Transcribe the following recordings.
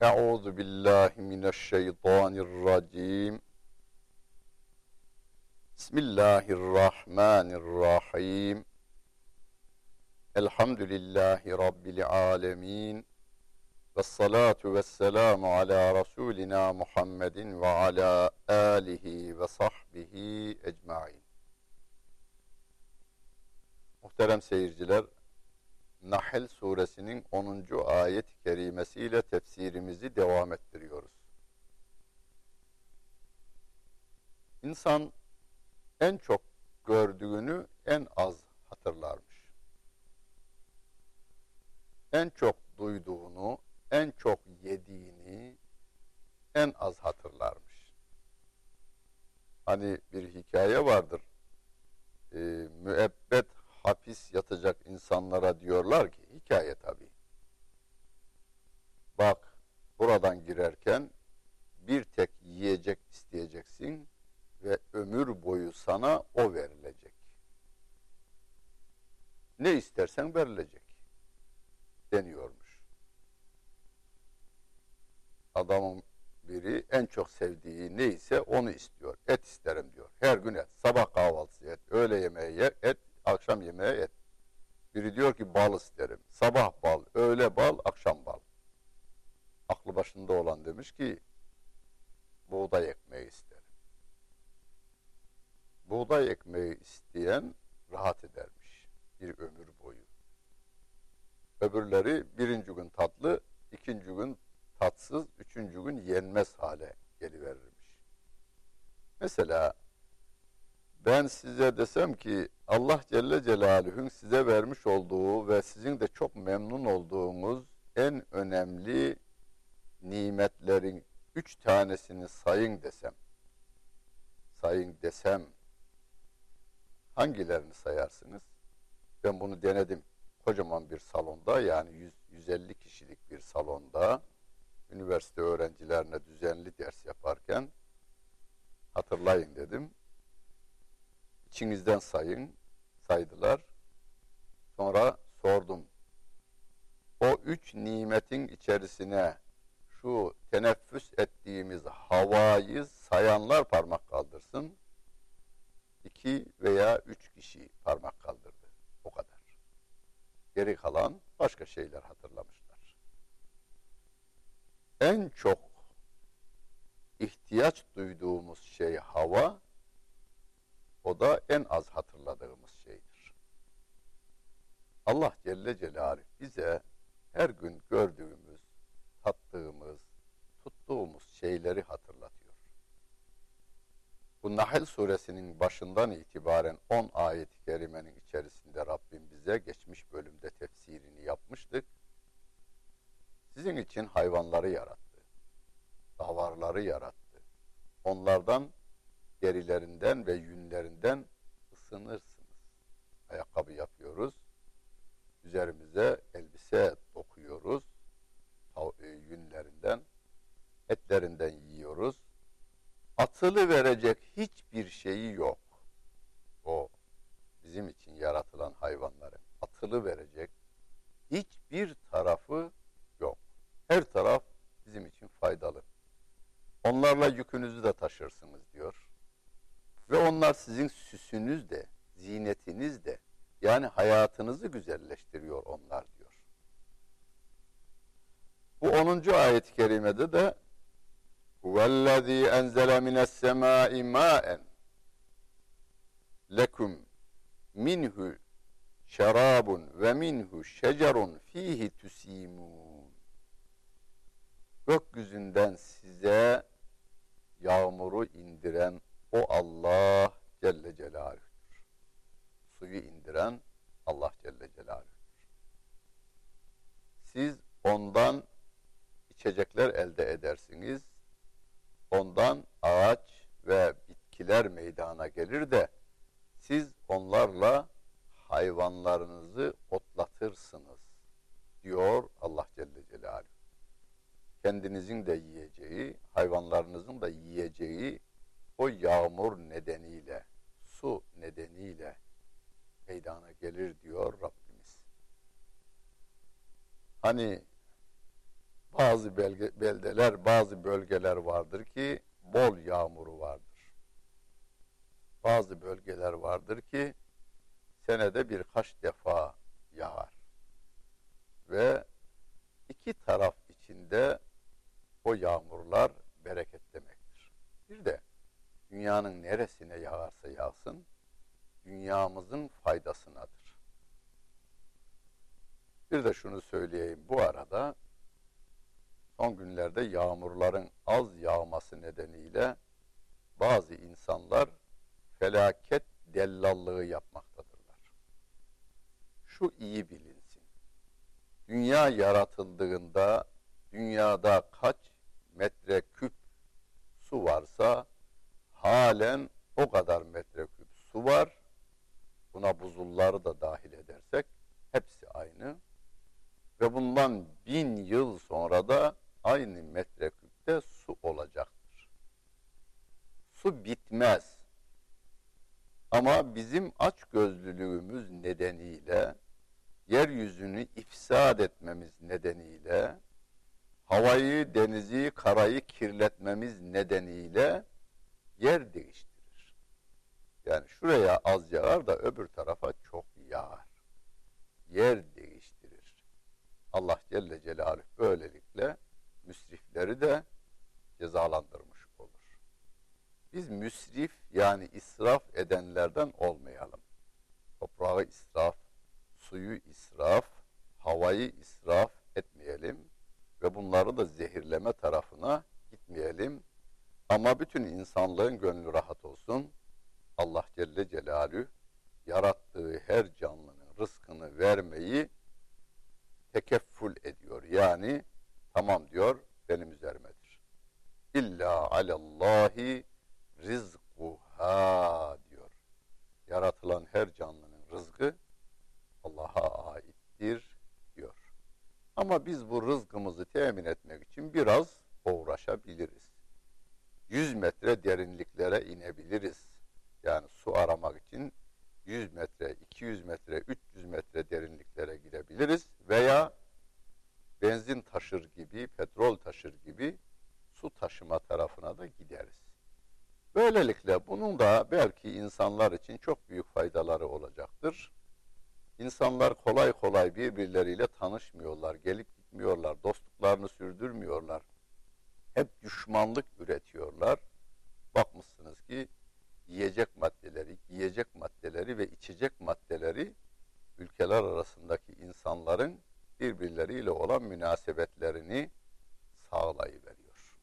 Euzu billahi mineşşeytanirracim. Bismillahirrahmanirrahim. Elhamdülillahi rabbil alamin. Vessalatu vesselamu ala rasulina Muhammedin ve ala alihi ve sahbihi ecmaîn. Muhterem seyirciler, Nahl suresinin 10. ayet-i kerimesiyle tefsirimizi devam ettiriyoruz. İnsan en çok gördüğünü en az hatırlarmış. En çok duyduğunu, en çok yediğini en az hatırlarmış. Hani bir hikaye vardır. Müebbet hapis yatacak insanlara diyorlar ki, hikaye tabii. Bak, buradan girerken bir tek yiyecek isteyeceksin ve ömür boyu sana o verilecek. Ne istersen verilecek deniyormuş. Adamın biri en çok sevdiği neyse onu istiyor. Et isterim diyor. Her gün et. Sabah kahvaltısı et. Öğle yemeği ye, et. Akşam yemeği et. Biri diyor ki bal isterim. Sabah bal, öğle bal, akşam bal. Aklı başında olan demiş ki buğday ekmeği isterim. Buğday ekmeği isteyen rahat edermiş bir ömür boyu. Öbürleri birinci gün tatlı, ikinci gün tatsız, üçüncü gün yenmez hale geliverirmiş. Mesela ben size desem ki Allah Celle Celaluhu'nun size vermiş olduğu ve sizin de çok memnun olduğunuz en önemli nimetlerin 3 tanesini sayın desem hangilerini sayarsınız? Ben bunu denedim. Kocaman bir salonda, yani 150 kişilik bir salonda üniversite öğrencilerine düzenli ders yaparken hatırlayın dedim. İçinizden saydılar. Sonra sordum. O 3 nimetin içerisine şu teneffüs ettiğimiz havayı sayanlar parmak kaldırsın. 2 veya 3 kişi parmak kaldırdı. O kadar. Geri kalan başka şeyler hatırlamışlar. En çok ihtiyaç duyduğumuz şey hava, o da en az hatırladığımız şeydir. Allah Celle Celaluhu bize her gün gördüğümüz, tattığımız, tuttuğumuz şeyleri hatırlatıyor. Bu Nahl suresinin başından itibaren 10 ayet-i kerimenin içerisinde Rabbim bize geçmiş bölümde tefsirini yapmıştık. Sizin için hayvanları yarattı, davarları yarattı. Onlardan derilerinden ve yünlerinden ısınırsınız. Ayakkabı yapıyoruz. Üzerimize elbise dokuyoruz. Yünlerinden, etlerinden yiyoruz. Atılı verecek hiçbir şeyi yok. O bizim için yaratılan hayvanların atılı verecek hiçbir tarafı yok. Her taraf bizim için faydalı. Onlarla yükünüzü de taşırsınız diyor. Ve onlar sizin süsünüz de, zinetiniz de, yani hayatınızı güzelleştiriyor onlar diyor. Bu 10. ayet-i kerimede de huvellezî enzele mine's-semâi mâen lekum minhu şerâbun ve minhu şecerun fîhi tusîmûn. Gökyüzünden size yağmuru indiren o Allah Celle Celaluhu'dur. Suyu indiren Allah Celle Celaluhu'dur. Siz ondan içecekler elde edersiniz. Ondan ağaç ve bitkiler meydana gelir de siz onlarla hayvanlarınızı otlatırsınız diyor Allah Celle Celaluhu. Kendinizin de yiyeceği, hayvanlarınızın da yiyeceği o yağmur nedeniyle, su nedeniyle meydana gelir diyor Rabbimiz. Hani Bazı beldeler, bazı bölgeler vardır ki bol yağmuru vardır. Bazı bölgeler vardır ki senede birkaç defa yağar. Ve iki taraf içinde o yağmurlar bereket demektir. Bir de dünyanın neresine yağarsa yağsın, dünyamızın faydasınadır. Bir de şunu söyleyeyim bu arada, son günlerde yağmurların az yağması nedeniyle bazı insanlar felaket dellallığı yapmaktadırlar. Şu iyi bilinsin, dünya yaratıldığında dünyada kaç metreküp su varsa halen o kadar metreküp su var. Buna buzulları da dahil edersek hepsi aynı. Ve bundan 1000 yıl sonra da aynı metreküpte su olacaktır. Su bitmez. Ama bizim açgözlülüğümüz nedeniyle, yeryüzünü ifsad etmemiz nedeniyle, havayı, denizi, karayı kirletmemiz nedeniyle yer değiştirir. Yani şuraya az yağar da öbür tarafa çok yağar. Yer değiştirir. Allah Celle Celaluhu böylelikle müsrifleri de cezalandırmış olur. Biz müsrif yani israf edenlerden olmayalım. Toprağı israf, suyu israf, havayı israf etmeyelim ve bunları da zehirleme tarafına gitmeyelim. Ama bütün insanlığın gönlü rahat olsun. Allah Celle Celaluhu yarattığı her canlının rızkını vermeyi tekeffül ediyor. Yani tamam diyor, benim üzerimedir. İlla alallahi rizkuha diyor. Yaratılan her canlının rızkı Allah'a aittir diyor. Ama biz bu rızkımızı temin etmek için biraz uğraşabiliriz. 100 metre derinliklere inebiliriz. Yani su aramak için 100 metre, 200 metre, 300 metre derinliklere gidebiliriz veya benzin taşır gibi, petrol taşır gibi su taşıma tarafına da gideriz. Böylelikle bunun da belki insanlar için çok büyük faydaları olacaktır. İnsanlar kolay kolay birbirleriyle tanışmıyorlar, gelip gitmiyorlar, dostluklarını sürdürmüyorlar. Hep düşmanlık üretiyorlar. Bakmışsınız ki yiyecek maddeleri ve içecek maddeleri ülkeler arasındaki insanların birbirleriyle olan münasebetlerini sağlayıveriyor.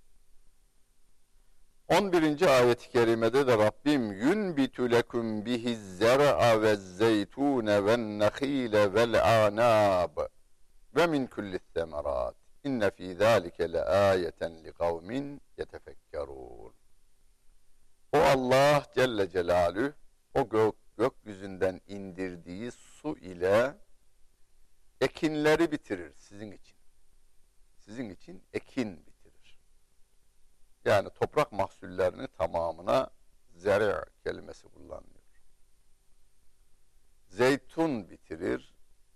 11. ayet-i kerimede de Rabbim yunbitu lekum bihiz zer'a vezzeytune vennehile vel'anab ve min kullis semerat inne fî zâlike leâyeten li kavmin yetefekkerûn. O Allah Celle Celaluhu o gökyüzünden indirdiği su ile ekinleri bitirir sizin için. Sizin için ekin bitirir. Yani toprak mahsullerinin tamamına zer'a kelimesi kullanılıyor. Zeytun bitirir.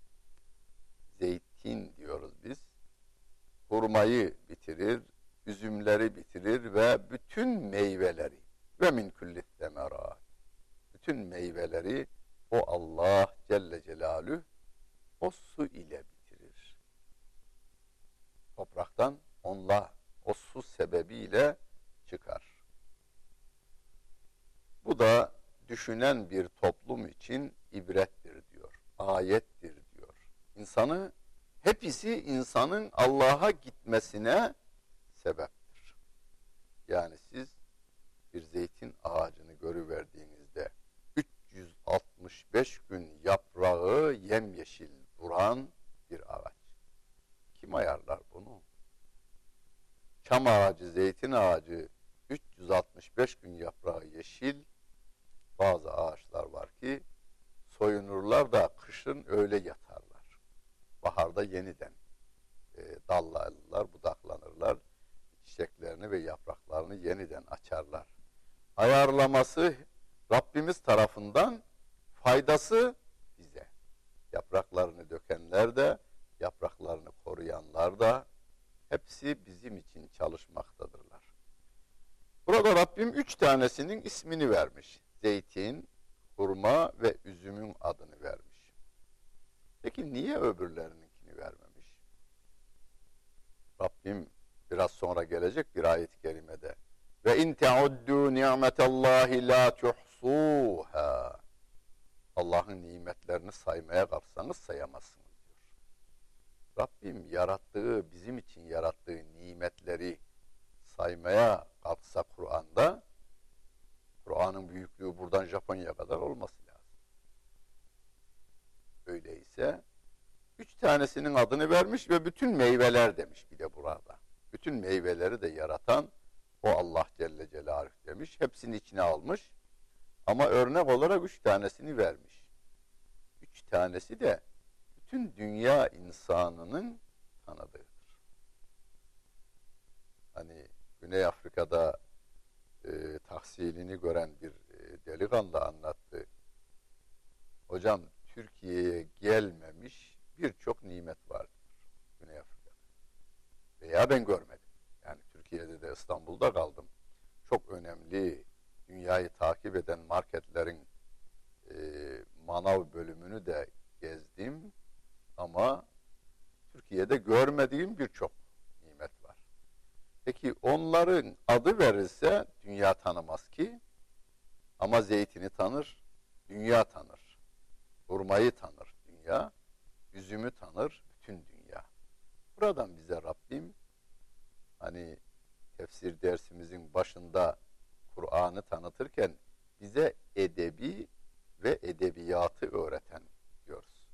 Zeytin diyoruz biz. Hurmayı bitirir, üzümleri bitirir ve bütün meyveleri ve min kullis semerat. Bütün meyveleri o Allah Celle Celaluhu o su ile bitirir. Topraktan o su sebebiyle çıkar. Bu da düşünen bir toplum için ibrettir diyor. Ayettir diyor. Hepsi insanın Allah'a gitmesine sebeptir. Yani siz bir zeytin ağacını görüverdiğinizde 365 gün yaprağı yemyeşil duran bir ağaç. Kim ayarlar bunu? Çam ağacı, zeytin ağacı 365 gün yaprağı yeşil. Bazı ağaçlar var ki soyunurlar da kışın öyle yatarlar. Baharda yeniden dallarlar, budaklanırlar. Çiçeklerini ve yapraklarını yeniden açarlar. Ayarlaması Rabbimiz tarafından, faydası bize. Yapraklarını dökenler de, yapraklarını koruyanlar da hepsi bizim için çalışmaktadırlar. Burada Rabbim 3 tanesinin ismini vermiş. Zeytin, hurma ve üzümün adını vermiş. Peki niye öbürlerininkini vermemiş? Rabbim biraz sonra gelecek bir ayet-i kerimede ve in teuddu ni'metallahi la tuhsuha. Allah'ın nimetlerini saymaya kalksanız sayamazsınız diyor. Rabbim yarattığı, bizim için yarattığı nimetleri saymaya kalksa Kur'an'da, Kur'an'ın büyüklüğü buradan Japonya'ya kadar olması lazım. Öyleyse 3 tanesinin adını vermiş ve bütün meyveler demiş bir de burada. Bütün meyveleri de yaratan o Allah Celle Celaluhu demiş. Hepsini içine almış. Ama örnek olarak 3 tanesini vermiş. 3 tanesi de bütün dünya insanının tanıdığıdır. Hani Güney Afrika'da tahsilini gören bir delikanlı anlattı. Hocam Türkiye'ye gelmemiş birçok nimet vardır Güney Afrika'da. Veya ben görmedim. Yani Türkiye'de de İstanbul'da kaldım. Çok önemli dünyayı takip eden marketlerin manav bölümünü de gezdim. Ama Türkiye'de görmediğim birçok nimet var. Peki onların adı verilse dünya tanımaz ki. Ama zeytini tanır, dünya tanır. Hurmayı tanır dünya, üzümü tanır bütün dünya. Buradan bize Rabbim hani tefsir dersimizin başında Kur'an'ı tanıtırken bize edebi ve edebiyatı öğreten diyoruz.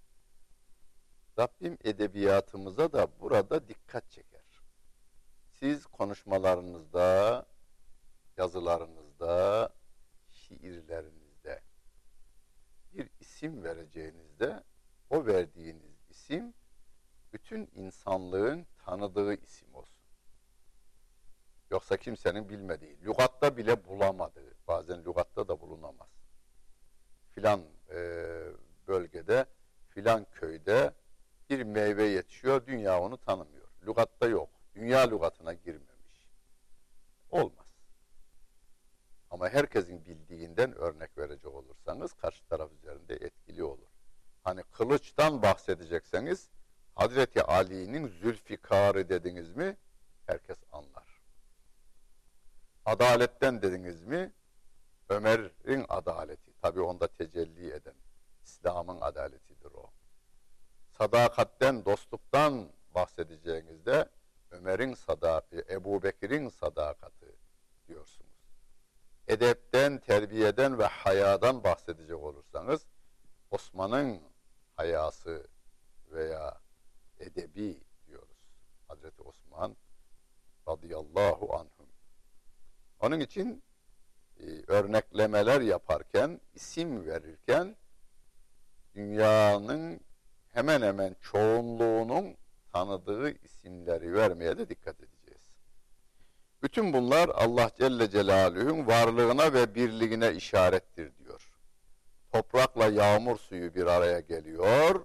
Rabbim edebiyatımıza da burada dikkat çeker. Siz konuşmalarınızda, yazılarınızda, şiirlerinizde bir isim vereceğinizde o verdiğiniz isim bütün insanlığın tanıdığı isim olsun. Yoksa kimsenin bilmediği, lügatta bile bulamadığı, bazen lügatta da bulunamaz. Filan bölgede, filan köyde bir meyve yetişiyor, dünya onu tanımıyor. Lügatta yok, dünya lügatına girmemiş. Olmaz. Ama herkesin bildiğinden örnek verecek olursanız karşı taraf üzerinde etkili olur. Hani kılıçtan bahsedecekseniz Hazreti Ali'nin Zülfikar'ı dediniz mi herkes anlar. Adaletten dediniz mi Ömer'in adaleti. Tabi onda tecelli eden İslam'ın adaletidir o. Sadakatten, dostluktan bahsedeceğinizde Ömer'in sadakati, Ebu Bekir'in sadakati diyorsunuz. Edepten, terbiyeden ve hayadan bahsedecek olursanız Osman'ın hayası veya edebi diyoruz. Hazreti Osman radıyallahu anhum. Onun için örneklemeler yaparken, isim verirken dünyanın hemen hemen çoğunluğunun tanıdığı isimleri vermeye de dikkat edeceğiz. Bütün bunlar Allah Celle Celaluhu'nun varlığına ve birliğine işarettir diyor. Toprakla yağmur suyu bir araya geliyor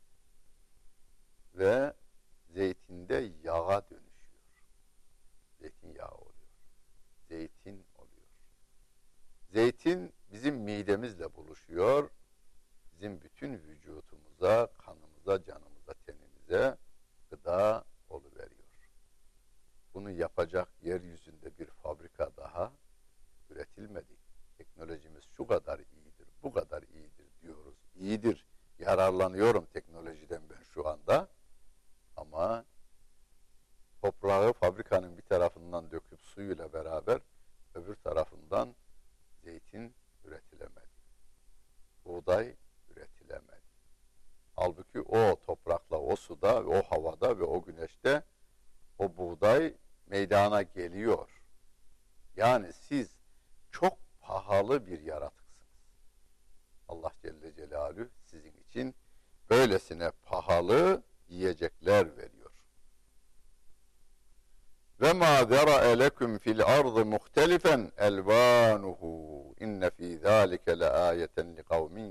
ve zeytinde yağa dönüşüyor. Zeytinyağı oluyor. Zeytin oluyor. Zeytin bizim midemizle buluşuyor. Bizim bütün vücutumuza, kanımıza, canımıza, tenimize gıda oluveriyor. Bunu yapacak yeryüzünde bir fabrika daha üretilmedi. Teknolojimiz şu kadar iyidir, bu kadar iyidir diyoruz. İyidir, yararlanıyorum teknolojiden ben şu anda. Ama toprağı fabrikanın bir tarafından döküp suyuyla beraber öbür tarafından zeytin üretilemedi. Buğday üretilemedi. Halbuki o toprakla, o suda, o havada ve o güneşte o buğday meydana geliyor. Yani siz çok pahalı bir yaratıksınız. Allah Celle Celaluhu sizin için böylesine pahalı yiyecekler veriyor. Ve ma zera'e lekum fil ardı muhtelifen elvanuhu inne fi zalike leayeten liqavmin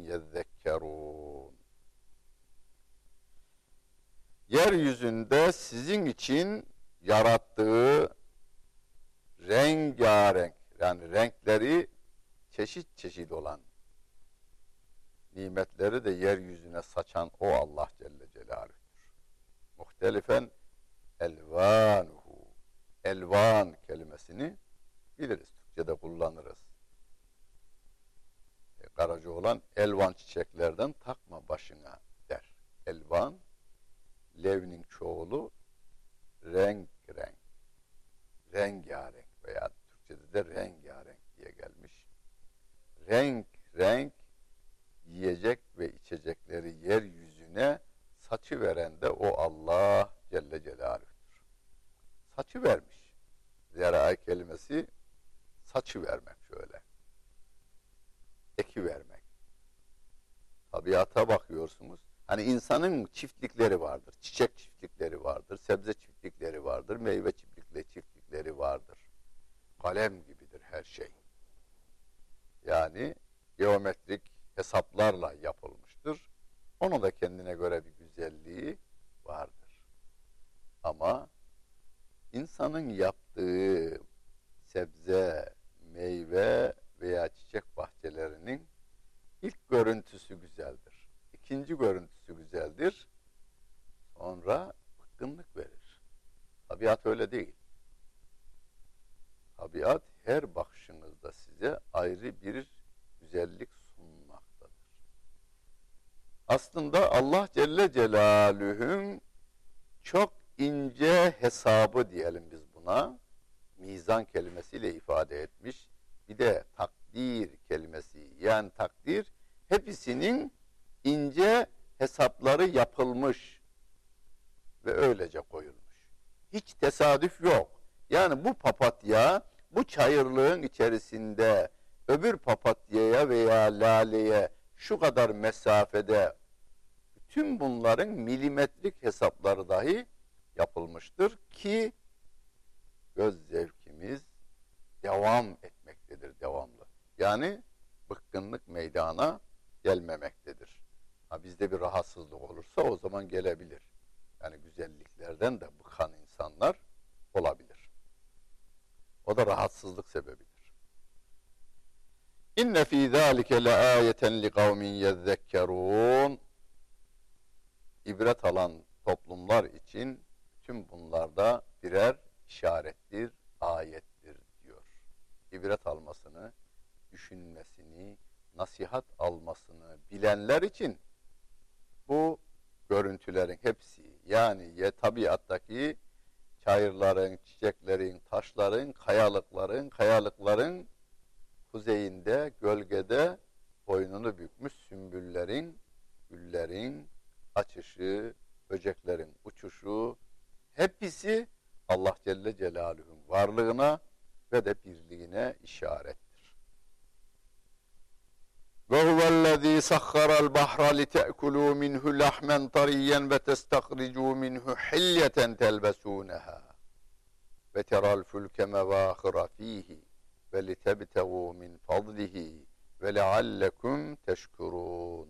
yezekkerun. Yeryüzünde sizin için yarattığı rengarenk, yani renkleri çeşit çeşit olan nimetleri de yeryüzüne saçan o Allah Celle Celaluhu'dur. Muhtelifen elvanuhu. Elvan kelimesini biliriz. Türkçe'de kullanırız. Karaca olan elvan çiçeklerden takma başına der. Elvan, levnin çoğulu renk renk. Rengarenk veya Türkçe'de de rengarenk diye gelmiş. Renk renk yiyecek ve içecekleri yeryüzüne saçıveren de o Allah Celle Celaluhu'dur. Saçı vermiş. Zera kelimesi saçı vermek şöyle. Eki vermek. Tabiata bakıyorsunuz. Hani insanın çiftlikleri vardır. Çiçek çiftlikleri vardır. Sebze çiftlikleri vardır. Meyve çiftlikleri vardır. Kalem gibidir her şey. Yani geometrik hesaplarla yapılmıştır. Onun da kendine göre bir güzelliği vardır. Ama insanın yaptığı sebze, meyve veya çiçek bahçelerinin ilk görüntüsü güzeldir. İkinci görüntüsü güzeldir. Sonra bıkkınlık verir. Tabiat öyle değil. Tabiat her bakışınızda size ayrı bir güzellik sunmaktadır. Aslında Allah Celle Celaluhu'nun çok ince hesabı diyelim biz buna. Mizan kelimesiyle ifade etmiş. Bir de takdir kelimesi, yani takdir hepsinin ince hesapları yapılmış ve öylece koyulmuş. Hiç tesadüf yok. Yani bu papatya bu çayırlığın içerisinde öbür papatyaya veya laleye şu kadar mesafede, bütün bunların milimetrik hesapları dahi yapılmıştır ki göz zevkimiz devam etmektedir, devamlı. Yani bıkkınlık meydana gelmemektedir. Ha, bizde bir rahatsızlık olursa o zaman gelebilir. Yani güzelliklerden de bıkan insanlar olabilir. O da rahatsızlık sebebidir. İnne fî zâlike leâyeten li kavmin yezzekkerûn. İbret alan toplumlar için tüm bunlarda birer işarettir, ayettir diyor. İbret almasını, düşünmesini, nasihat almasını bilenler için bu görüntülerin hepsi, yani tabiattaki çayırların, çiçeklerin, taşların, kayalıkların kuzeyinde, gölgede boynunu bükmüş sümbüllerin, güllerin açışı, böceklerin uçuşu, hepsi Allah Celle Celaluhu'nun varlığına ve de birliğine işarettir. Ve huvellezî sahharal bahra lite'kulû minhu lahmen tariyyen ve testahricû minhu hilyeten telbesûneha ve teral fulke mevâhira fîhi ve litebtegû min fadlihi ve leallekum teşkurûn.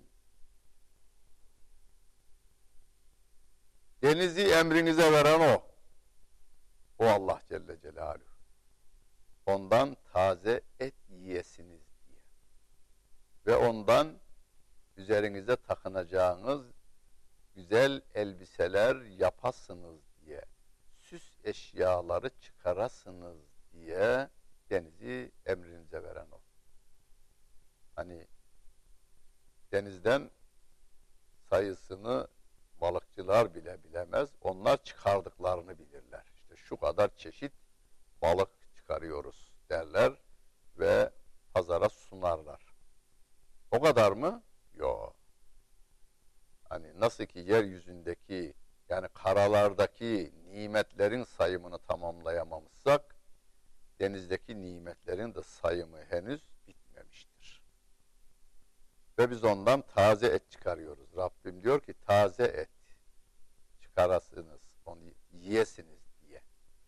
Denizi emrinize veren o. O Allah Celle Celaluhu. Ondan taze et yiyesiniz diye. Ve ondan üzerinize takınacağınız güzel elbiseler yapasınız diye. Süs eşyaları çıkarasınız diye denizi emrinize veren o. Hani denizden sayısını balıkçılar bile bilemez. Onlar çıkardıklarını bilirler. İşte şu kadar çeşit balık çıkarıyoruz derler ve pazara sunarlar. O kadar mı? Yok. Hani nasıl ki yeryüzündeki, yani karalardaki nimetlerin sayımını tamamlayamamışsak, denizdeki nimetlerin de sayımı henüz bitmemiştir. Ve biz ondan taze et çıkarıyoruz. Rabbim diyor ki taze et çıkarasınız, onu yiyesiniz diye.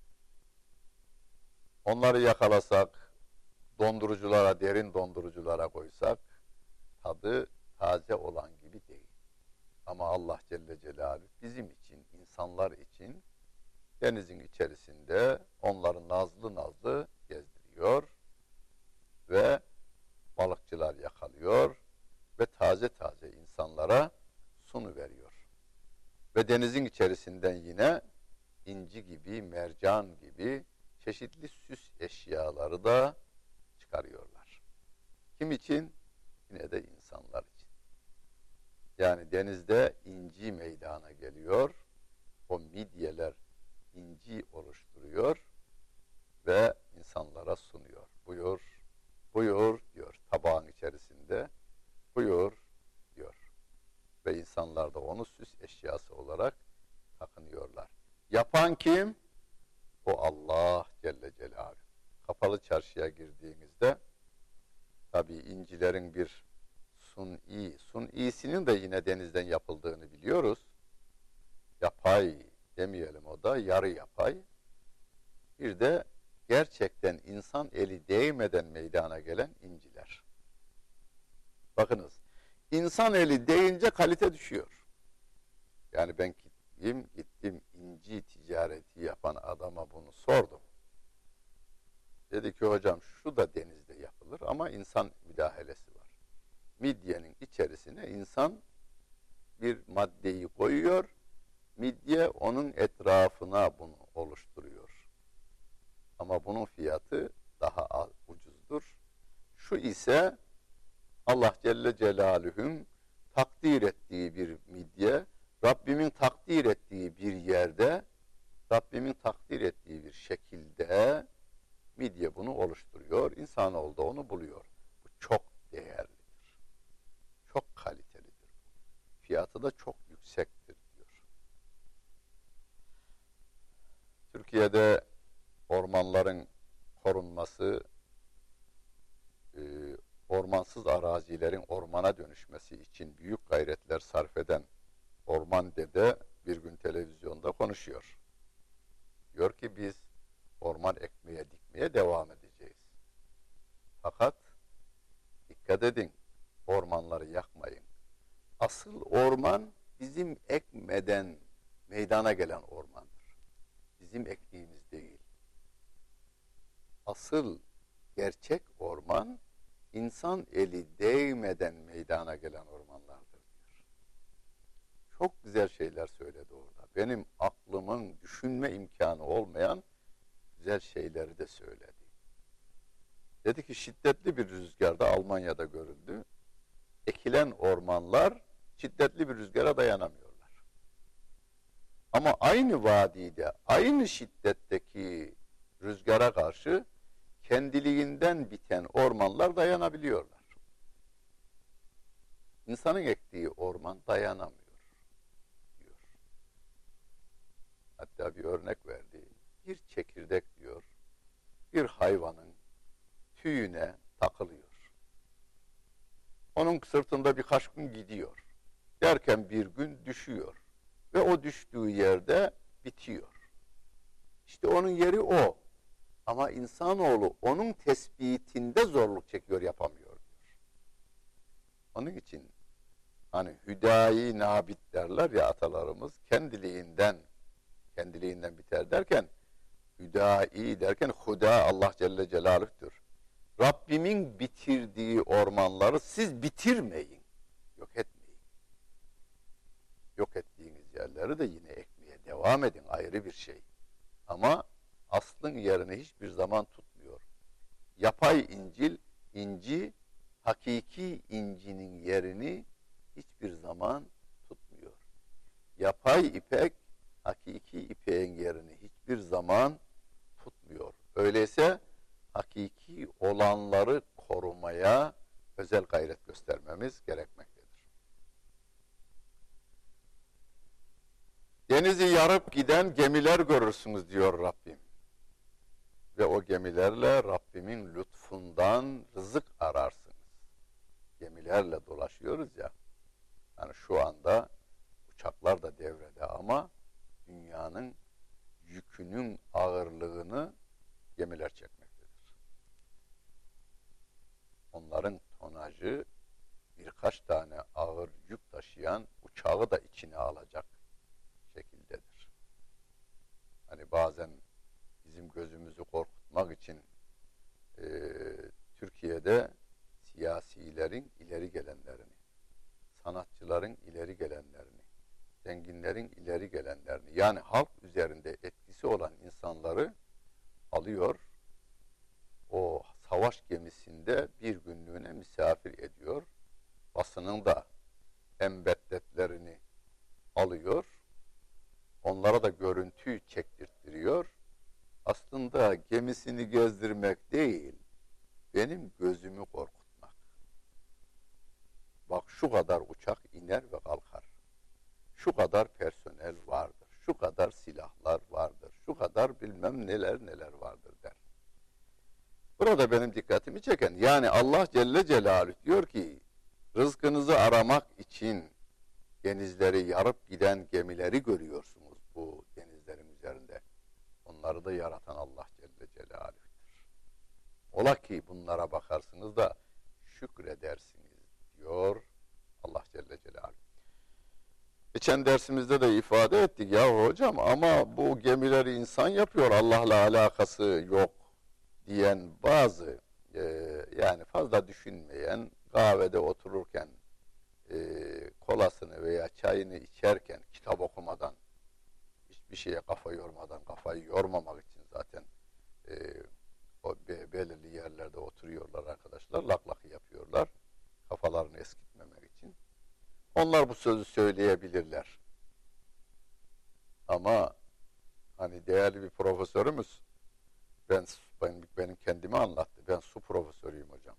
Onları yakalasak, donduruculara, derin donduruculara koysak, tadı taze olan gibi değil. Ama Allah Celle Celaluhu bizim için, insanlar için denizin içerisinde onları nazlı nazlı gezdiriyor ve balıkçılar yakalıyor ve taze taze insanlara sunuveriyor. Ve denizin içerisinden yine inci gibi, mercan gibi çeşitli süs eşyaları da çıkarıyorlar. Kim için? Yine de insanlar için. Yani denizde inci meydana geliyor. O midyeler inci oluşturuyor ve insanlara sunuyor. Buyur, buyur diyor tabağın içerisinde. Buyur diyor. Ve insanlar da onu süs eşyası olarak takınıyorlar. Yapan kim? O Allah Celle Celaluhu. Kapalı çarşıya girdiğinizde tabii incilerin bir sun'isinin de yine denizden yapıldığını biliyoruz. Yapay demeyelim, o da yarı yapay. Bir de gerçekten insan eli değmeden meydana gelen inciler. Bakınız, insan eli değince kalite düşüyor. Yani ben gittim inci ticareti yapan adama bunu sordum. Dedi ki hocam şu da denizde yapılır ama insan müdahalesi var. Midyenin içerisine insan bir maddeyi koyuyor, midye onun etrafına bunu oluşturuyor. Ama bunun fiyatı daha ucuzdur. Şu ise Allah Celle Celaluhu'nun takdir ettiği bir midye, Rabbimin takdir ettiği bir yerde, Rabbimin takdir ettiği bir şekilde midye bunu oluşturuyor. İnsanoğlu da onu buluyor. Bu çok değerlidir. Çok kalitelidir. Fiyatı da çok yüksektir diyor. Türkiye'de ormanların korunması, ormansız arazilerin ormana dönüşmesi için büyük gayretler sarf eden Orman Dede bir gün televizyonda konuşuyor. Diyor ki biz orman ekmeye dikmeye devam edeceğiz. Fakat dikkat edin, ormanları yakmayın. Asıl orman bizim ekmeden meydana gelen ormandır. Bizim ektiğimiz değil. Asıl gerçek orman insan eli değmeden meydana gelen ormanlardır diyor. Çok güzel şeyler söyledi orada. Benim aklımın düşünme imkanı olmayan güzel şeyleri de söyledi. Dedi ki şiddetli bir rüzgarda Almanya'da görüldü. Ekilen ormanlar şiddetli bir rüzgara dayanamıyorlar. Ama aynı vadide, aynı şiddetteki rüzgara karşı kendiliğinden biten ormanlar dayanabiliyorlar. İnsanın ektiği orman dayanamıyor diyor. Hatta bir örnek verdi. Bir çekirdek diyor, bir hayvanın tüyüne takılıyor. Onun sırtında birkaç gün gidiyor. Derken bir gün düşüyor. Ve o düştüğü yerde bitiyor. İşte onun yeri o. Ama insanoğlu onun tespitinde zorluk çekiyor, yapamıyor diyor. Onun için hani hüdayi nabit derler ya atalarımız, kendiliğinden biter derken, hüdayi derken huda Allah Celle Celaluh'tür. Rabbimin bitirdiği ormanları siz bitirmeyin, yok etmeyin. Yok ettiğiniz yerleri de yine ekmeye devam edin, ayrı bir şey. Ama aslın yerini hiçbir zaman tutmuyor. Yapay inci hakiki incinin yerini hiçbir zaman tutmuyor. Yapay ipek hakiki ipeğin yerini hiçbir zaman tutmuyor. Öyleyse hakiki olanları korumaya özel gayret göstermemiz gerekmektedir. Denizi yarıp giden gemiler görürsünüz diyor Rabbim. Ve o gemilerle Rabbimin lütfundan rızık ararsınız. Gemilerle dolaşıyoruz ya. Yani şu anda uçaklar da devrede ama dünyanın yükünün ağırlığını gemiler çekmektedir. Onların tonajı birkaç tane ağır yük taşıyan uçağı da içine alacak şekildedir. Hani bazen bizim gözümüzü korkutmak için Türkiye'de siyasilerin ileri gelenlerini, sanatçıların ileri gelenlerini, zenginlerin ileri gelenlerini, yani halk üzerinde etkisi olan insanları alıyor, o savaş gemisinde bir günlüğüne misafir ediyor. Basının da embeddetlerini alıyor. Onlara da görüntü çektirtiyor. Aslında gemisini gezdirmek değil, benim gözümü korkutmak. Bak şu kadar uçak iner ve kalkar. Şu kadar personel vardır. Şu kadar silahlar vardır. Şu kadar bilmem neler neler vardır der. Burada benim dikkatimi çeken, yani Allah Celle Celaluhu diyor ki, rızkınızı aramak için denizleri yarıp giden gemileri görüyorsunuz bu denizlerin üzerinde. Onları da yaratan Allah Celle Celaluhu'dur. Ola ki bunlara bakarsınız da şükredersiniz diyor Allah Celle Celaluhu. Geçen dersimizde de ifade ettik ya hocam, ama bu gemileri insan yapıyor, Allah'la alakası yok diyen bazı yani fazla düşünmeyen, kahvede otururken kolasını veya çayını içerken, kitap okumadan, hiçbir şeye kafa yormadan, kafayı yormamak için zaten o belirli yerlerde oturuyorlar arkadaşlar, lak lak yapıyorlar, kafalarını eskitmemek için. Onlar bu sözü söyleyebilirler. Ama hani değerli bir profesörümüz, benim kendimi anlattı. Ben su profesörüyüm hocam.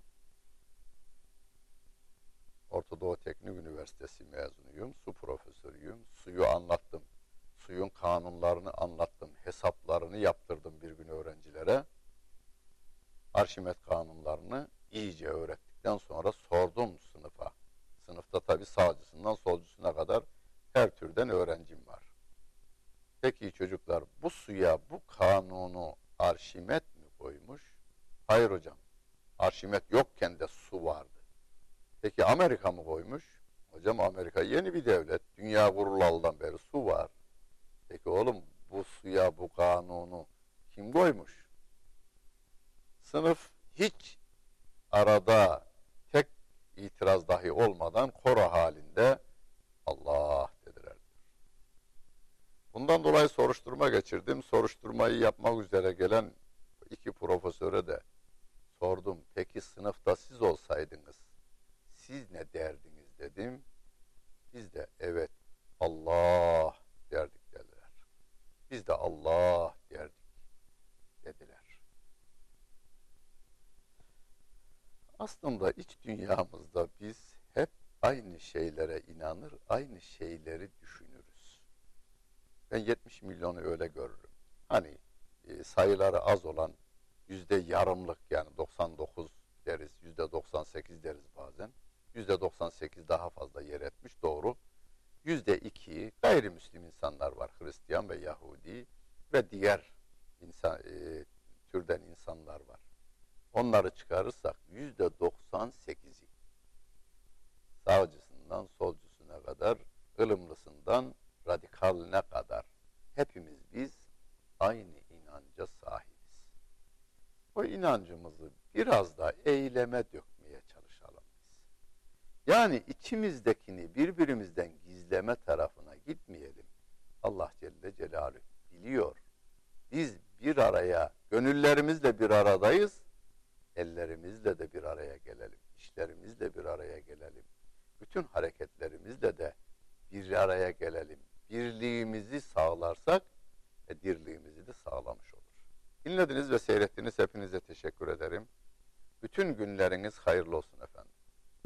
Orta Doğu Teknik Üniversitesi mezunuyum. Su profesörüyüm. Suyu anlattım. Suyun kanunlarını anlattım. Hesaplarını yaptırdım bir gün öğrencilere. Arşimet kanunlarını iyice öğrettikten sonra sordum sınıfa. Sınıfta tabii sağcısından solcusuna kadar her türden öğrencim var. Peki çocuklar, bu suya bu kanunu Arşimet mi koymuş? Hayır hocam. Arşimet yokken de su vardı. Peki Amerika mı koymuş? Hocam Amerika yeni bir devlet. Dünya kurulalıdan beri su var. Peki oğlum, bu suya bu kanunu kim koymuş? Sınıf hiç arada tek itiraz dahi olmadan koro halinde Allah dediler. Bundan dolayı soruşturma geçirdim. Soruşturmayı yapmak üzere gelen iki profesöre de sordum. Peki sınıfta siz olsaydınız siz ne derdiniz dedim. Biz de evet Allah derdik dediler. Biz de Allah derdik dediler. Aslında iç dünyamızda biz hep aynı şeylere inanır, aynı şeyleri düşünürüz. Ben 70 milyonu öyle görürüm. Hani sayıları az olan %yarımlık, yani 99 deriz, %98 deriz bazen. %98 daha fazla yer etmiş, doğru. %2 gayrimüslim insanlar var. Hristiyan ve Yahudi ve diğer türden insanlar var. Onları çıkarırsak %98'i, sağcısından solcusuna kadar, ılımlısından radikaline kadar hepimiz biz aynı inanca sahibiz. O inancımızı biraz da eyleme dökmeye çalışalım biz. Yani içimizdekini birbirimizden gizleme tarafına gitmeyelim. Allah Celle Celaluhu biliyor. Biz bir araya, gönüllerimizle bir aradayız, ellerimizle de bir araya gelelim, işlerimizle bir araya gelelim. Bütün hareketlerimizle de bir araya gelelim. Birliğimizi sağlarsak, dirliğimizi de sağlamış olur. Dinlediniz ve seyrettiniz. Hepinize teşekkür ederim. Bütün günleriniz hayırlı olsun efendim.